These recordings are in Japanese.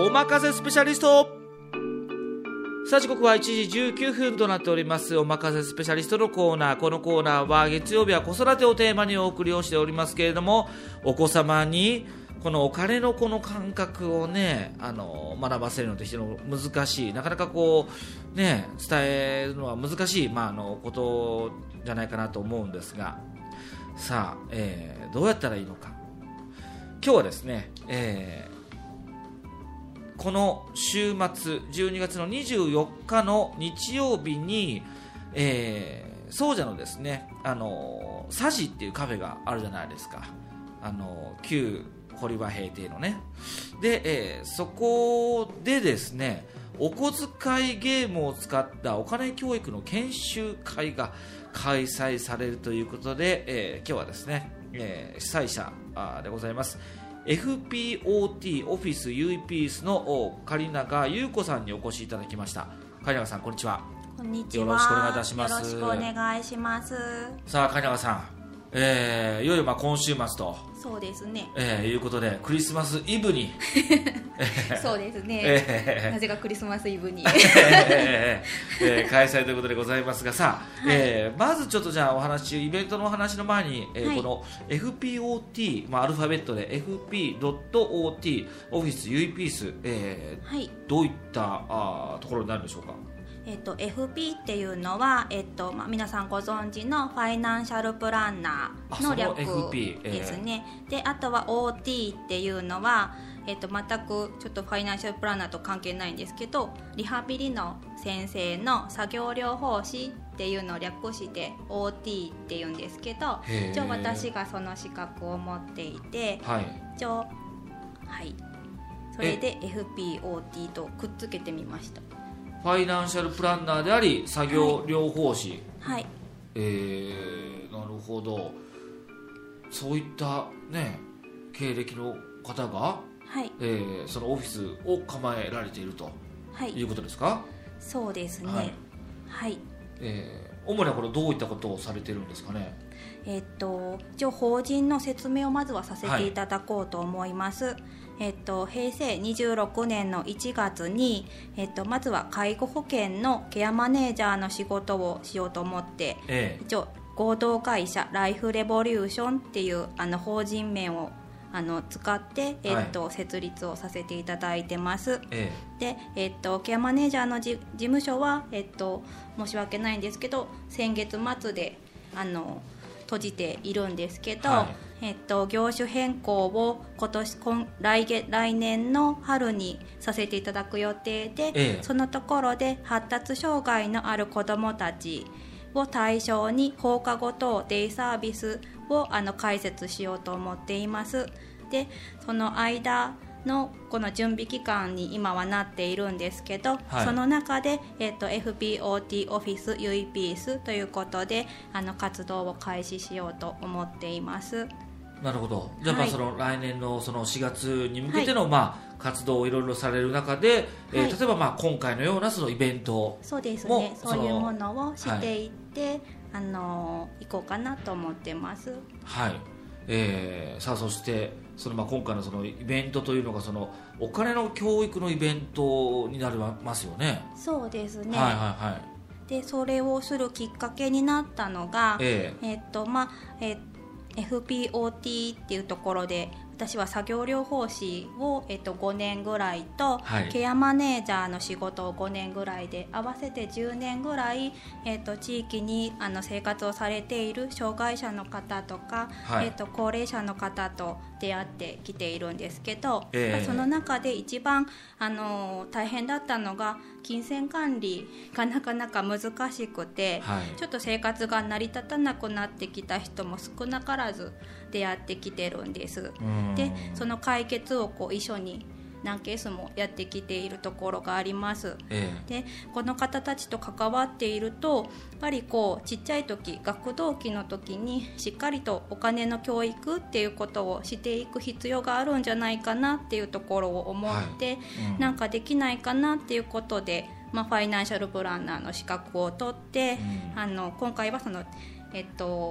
おまかせスペシャリスト。さあ時刻は1時19分となっております。おまかせスペシャリストのコーナー。このコーナーは月曜日は子育てをテーマにお送りをしておりますけれども、お子様にこのお金のこの感覚をね、学ばせるのって非常に難しい、なかなかこうね伝えるのは難しい、ことじゃないかなと思うんですが、さあ、どうやったらいいのか。今日はですね、この週末12月の24日の日曜日に、総社のですね、サジっていうカフェがあるじゃないですか。旧堀場平定のね。で、そこでですね、お小遣いゲームを使ったお金教育の研修会が開催されるということで、今日はですね、主催者でございますFPOT オフィス UE ピースの狩永優子さんにお越しいただきました。狩永さん、こんにちは。 こんにちは。 よろしくお願いいたします。 よろしくお願いします。 さあ狩永さん、いよいよ今週末とそうですね、 いうことでクリスマスイブにそうですね、なぜかクリスマスイブに、 開催ということでございますが、さあ、まずちょっとじゃあイベントのお話の前に、この FPOT、アルファベットで FP.OT オフィス UE ピース、どういったところになるんでしょうか。 FP っていうのは、皆さんご存知のファイナンシャルプランナーの略ですね。で、あとは OT っていうのは、全くちょっとファイナンシャルプランナーと関係ないんですけど、リハビリの先生の作業療法士っていうのを略して OT っていうんですけど、一応私がその資格を持っていて、それで FPOT とくっつけてみました。 ファイナンシャルプランナーであり作業療法士、なるほど。そういったね経歴の方が、そのオフィスを構えられているということですか。 そうですね。 主にはこれどういったことをされているんですかね。 一応法人の説明をまずはさせていただこうと思います。平成26年の1月に、まずは介護保険のケアマネージャーの仕事をしようと思って、一応合同会社ライフレボリューションっていう法人名を使って、設立をさせていただいてます。で、ケアマネージャーの事務所は、申し訳ないんですけど先月末で閉じているんですけど、業種変更を来年の春にさせていただく予定で、そのところで発達障害のある子どもたちを対象に放課後等デイサービスを開設しようと思っています。で、その間のこの準備期間に今はなっているんですけど、その中で、FPOT オフィス UE ピースということで活動を開始しようと思っています。 なるほど。じゃあ、その来年のその4月に向けての、活動をいろいろされる中で、例えば今回のようなそのイベントそうですね、そういうものをしていって、行こうかなと思ってます。 さあそして今回のそのイベントというのがそのお金の教育のイベントになりますよね。 そうですね。で、それをするきっかけになったのが、FPOT っていうところで私は作業療法士を、5年ぐらいと、ケアマネージャーの仕事を5年ぐらいで合わせて10年ぐらい、地域に生活をされている障害者の方とか、高齢者の方と出会ってきているんですけど、その中で一番大変だったのが金銭管理がなかなか難しくて、ちょっと生活が成り立たなくなってきた人も少なからず出会ってきてるんです。で、その解決を一緒に何ケースもやってきているところがあります。で、この方たちと関わっているとやっぱりちっちゃい時学童期の時にしっかりとお金の教育っていうことをしていく必要があるんじゃないかなっていうところを思って、なんかできないかなっていうことで、ファイナンシャルプランナーの資格を取って、今回はそのこ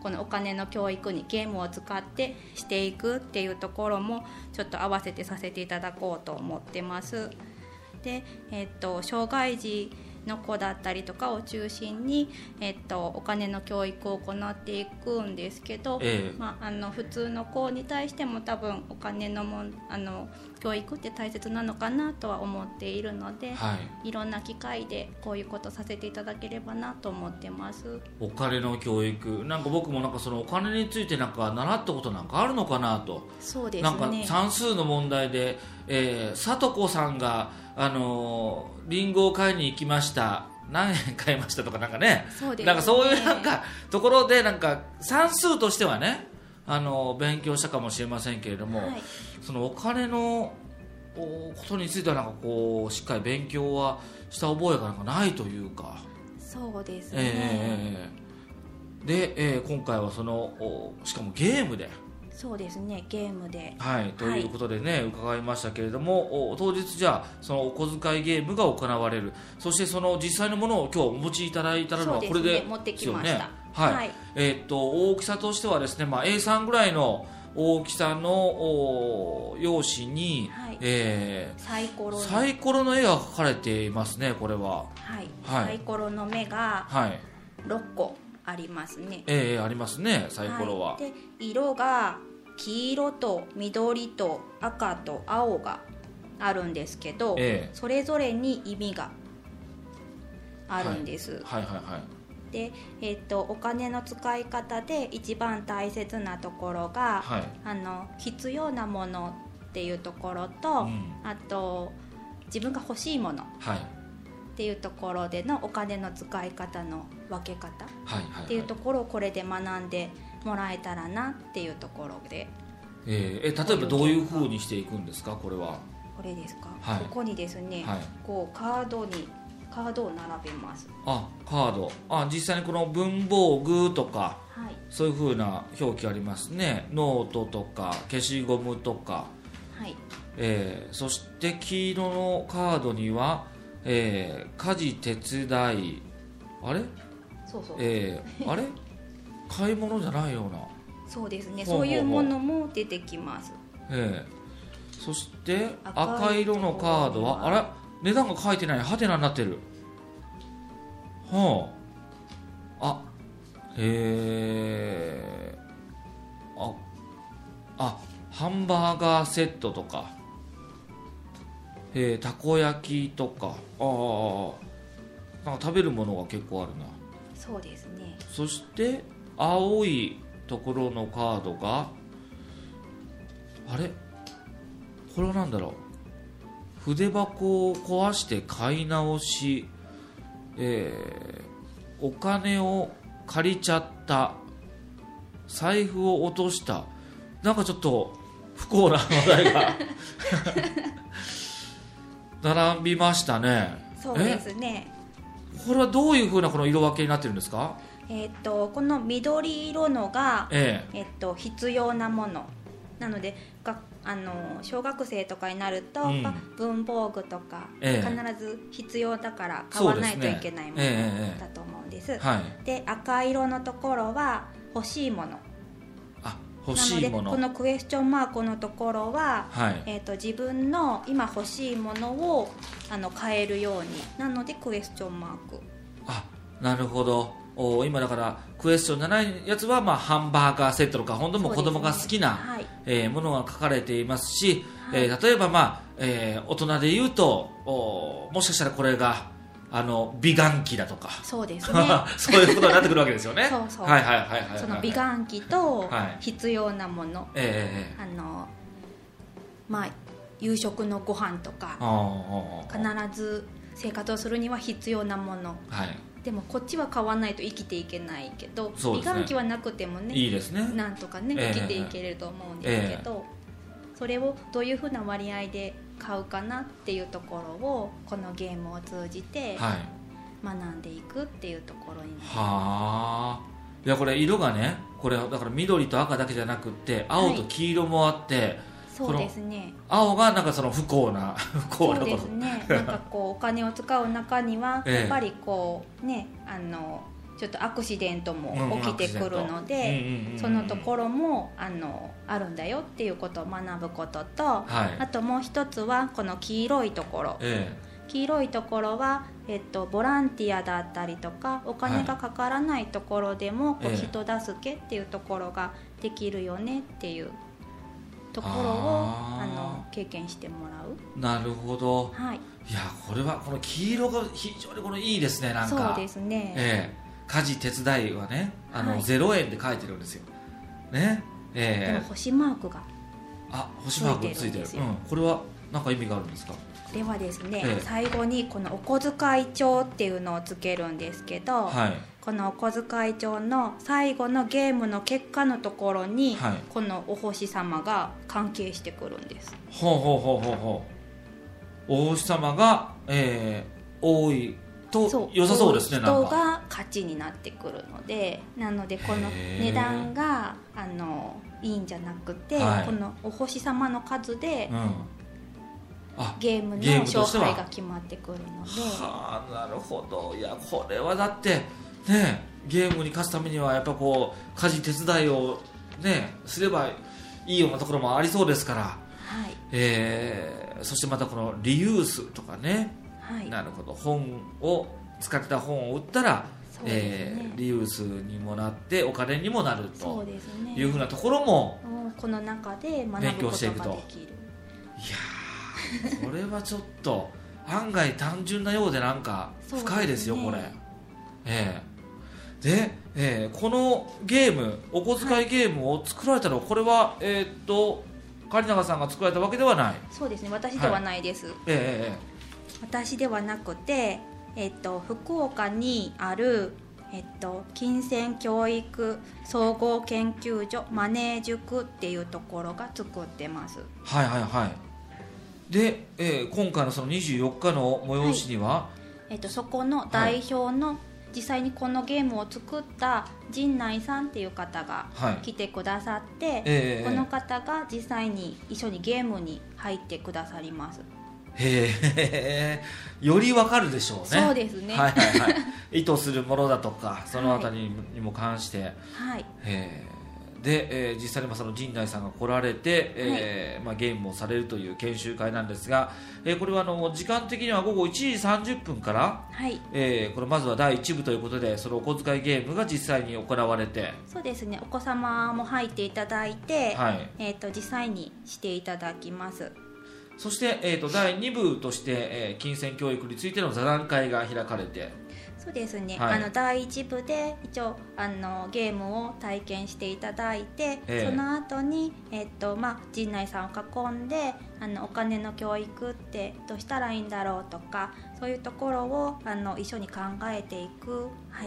このお金の教育にゲームを使ってしていくっていうところもちょっと合わせてさせていただこうと思ってます。で、障害児の子だったりとかを中心に、お金の教育を行っていくんですけど、普通の子に対しても多分お金の教育って大切なのかなとは思っているので、いろんな機会でこういうことさせていただければなと思ってます。 お金の教育、なんか僕もなんかそのお金についてなんか習ったことなんかあるのかなと。 そうですね。 なんか算数の問題で、聡子さんがリンゴを買いに行きました、何円買いましたとかなんかね、なんかそういうなんかところでなんか算数としてはね勉強したかもしれませんけれども、そのお金のことについてはなんかこうしっかり勉強はした覚えがなんかないというか。 そうですね。 で、今回はそのしかもゲームで。 そうですね、ゲームで、 ということでね、伺いましたけれども、当日じゃあそのお小遣いゲームが行われる、そしてその実際のものを今日お持ちいただいたのはこれで持ってきました。 大きさとしてはですね、A3 ぐらいの大きさの用紙に、サイコロの絵が描かれていますね。これは、 サイコロの目が6個ありますね。 ありますね、サイコロは。 で、色が黄色と緑と赤と青があるんですけど、それぞれに意味があるんです。で、お金の使い方で一番大切なところが、必要なものっていうところと、あと自分が欲しいもの、っていうところでのお金の使い方の分け方っていうところをこれで学んでもらえたらなっていうところで、 例えばどういう風にしていくんですか。これはこれですか、ここにですね、こうカードを並べます。 カード、実際にこの文房具とか、そういう風な表記ありますね。ノートとか消しゴムとか、そして黄色のカードには家事手伝い、あれあれ買い物じゃないような。 そうですね、そういうものも出てきます。 そして赤色のカードは、あれ値段が書いてない、ハテナになってる。ハンバーガーセットとか、たこ焼きとか、なんか食べるものが結構あるな。 そうですね。 そして青いところのカードが、あれこれは何だろう。筆箱を壊して買い直し、お金を借りちゃった、財布を落とした、なんかちょっと不幸な話題が並びましたね。 そうですね。 これはどういう風なこの色分けになってるんですか。 この緑色のが、必要なものなので、小学生とかになると、文房具とか、必ず必要だから買わないといけないものだと思うんです。で、赤色のところは欲しいもの。 欲しいもの。 なのでこのクエスチョンマークのところは、自分の今欲しいものを買えるように、なのでクエスチョンマーク。 なるほど。今だからクエスチョンじゃないやつは、ハンバーガーセットとか、本当も子供が好きな、ものが書かれていますし、例えば、大人で言うともしかしたらこれが美顔器だとか、 そうですねそういうことになってくるわけですよね。 その美顔器と必要なもの、夕食のご飯とか、必ず生活をするには必要なもの、でもこっちは買わないと生きていけないけど、美顔器はなくてもね、 いいですね、 なんとかね、生きていけれると思うんですけど、それをどういうふうな割合で買うかなっていうところをこのゲームを通じて学んでいくっていうところになります。 いや、これ色がね、これだから緑と赤だけじゃなくって青と黄色もあって、 そうですね、 青がなんかその不幸なそうですねなんかこうお金を使う中にはやっぱりこうね、 ちょっとアクシデントも起きてくるので、そのところもあるんだよっていうことを学ぶことと、 はい、 あともう一つはこの黄色いところ、黄色いところは、ボランティアだったりとかお金がかからないところでも、こう人助けっていうところができるよねっていうところを経験してもらう。 なるほど、 はい、 いやこれはこの黄色が非常にいいですね。なんかそうですね、 家事手伝いはねはい、 0円で書いてるんですよね。 でも星マークが星マークついてる、これは何か意味があるんですか？ ではですね、最後にこのお小遣い帳っていうのをつけるんですけど、 はい、 このお小遣い帳の最後のゲームの結果のところに、はい、このお星様が関係してくるんです。 ほうほうほうほうほう。お星様が、多いと良さそうですね。 人が勝ちになってくるので、なのでこの値段がいいんじゃなくて、はい、このお星様の数で、ゲームの勝敗が決まってくるので。 はあ、なるほど。いやこれはだってね、ゲームに勝つためにはやっぱこう家事手伝いをねすればいいようなところもありそうですから、はい、そしてまたこのリユースとかね、はい、なるほど、本を使ってた本を売ったら、リユースにもなってお金にもなるというふうなところもこの中で学ぶことができる。 いやこれはちょっと案外単純なようでなんか深いですよ、これ。で、このゲーム、お小遣いゲームを作られたのは、これは狩永さんが作られたわけではない？ そうですね、私ではないです。私ではなくて、福岡にある、金銭教育総合研究所マネー塾っていうところが作ってます。 はいはいはい。で、今回のその24日の催しには、 そこの代表の、実際にこのゲームを作った陣内さんっていう方が来てくださって、この方が実際に一緒にゲームに入ってくださります。 へえ、よりわかるでしょうね。 そうですね、 はいはいはい、意図するものだとかそのあたりにも関して、 はい、 で、実際にその陣内さんが来られて、ゲームをされるという研修会なんですが、これは時間的には午後1時30分から、はい、これまずは第1部ということで、そのお小遣いゲームが実際に行われて、 そうですね、お子様も入っていただいて、 はい、 実際にしていただきます。 そして、第2部として、金銭教育についての座談会が開かれて、 そうですね、 はい、 第1部で一応ゲームを体験していただいて、その後に、陣内さんを囲んでお金の教育ってどうしたらいいんだろうとか、そういうところを一緒に考えていく、はい、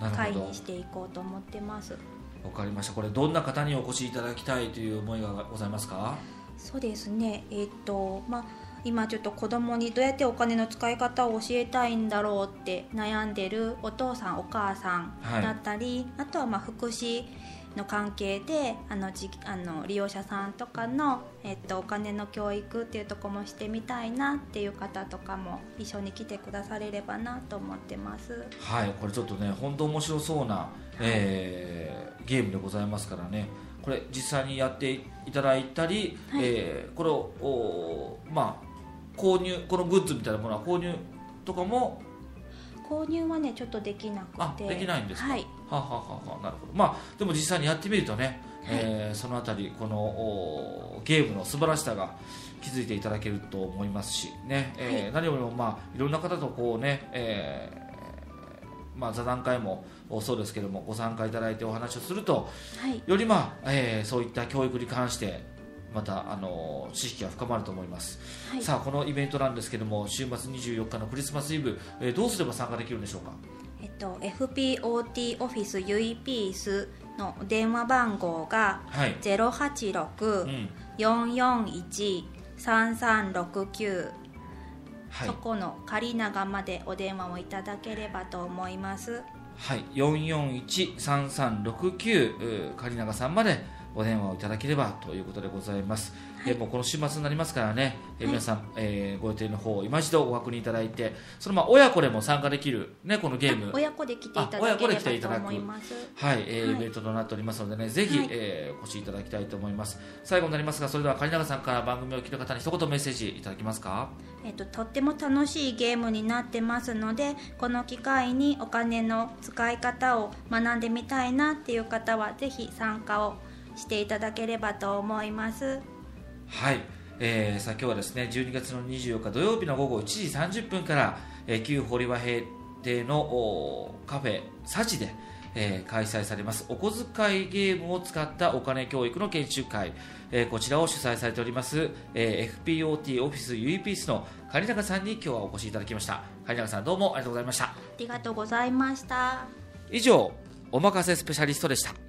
会にしていこうと思ってます。 わかりました。これどんな方にお越しいただきたいという思いがございますか？ そうですね、今ちょっと子供にどうやってお金の使い方を教えたいんだろうって悩んでるお父さんお母さんだったり、はい、あとは福祉の関係で利用者さんとかの、お金の教育っていうところもしてみたいなっていう方とかも一緒に来てくだされればなと思ってます。はい、 これちょっとね本当面白そうな、ゲームでございますからね、これ実際にやっていただいたり、はい、これを購入、このグッズみたいなものは購入とかも購入はねちょっとできなくて。 できないんですか？ はい、 はなるほど。でも実際にやってみるとね、はい、そのあたりこのゲームの素晴らしさが気づいていただけると思いますしね、はい、何よりもいろんな方とこうね、座談会もそうですけどもご参加いただいてお話をすると、はい、よりそういった教育に関してまた知識が深まると思います、はい、さあこのイベントなんですけども、週末24日のクリスマスイブ、どうすれば参加できるんでしょうか？ FPOT オフィスユイピースの電話番号が、はい、086-441-3369、はい、そこの狩永までお電話をいただければと思います。 はい、441-3369、狩永さんまでお電話をいただければということでございます。もうこの週末になりますからね、皆さん、ご予定の方を今一度ご確認いただいて、その親子でも参加できる、ね、このゲーム親子で来ていただければと思います。 イベントとなっておりますのでね、ぜひ、お越しいただきたいと思います。最後になりますが、それでは狩永さんから番組を聞いた方に一言メッセージいただけますか？ とっても楽しいゲームになってますので、この機会にお金の使い方を学んでみたいなっていう方はぜひ参加をしていただければと思います。 はい、今日はですね12月の24日土曜日の午後1時30分から、旧堀和平邸のカフェサジで、開催されますお小遣いゲームを使ったお金教育の研修会、こちらを主催されております、FPOT オフィス UE ピースの狩永さんに今日はお越しいただきました。狩永さん、どうもありがとうございました。 ありがとうございました。 以上、おまかせスペシャリストでした。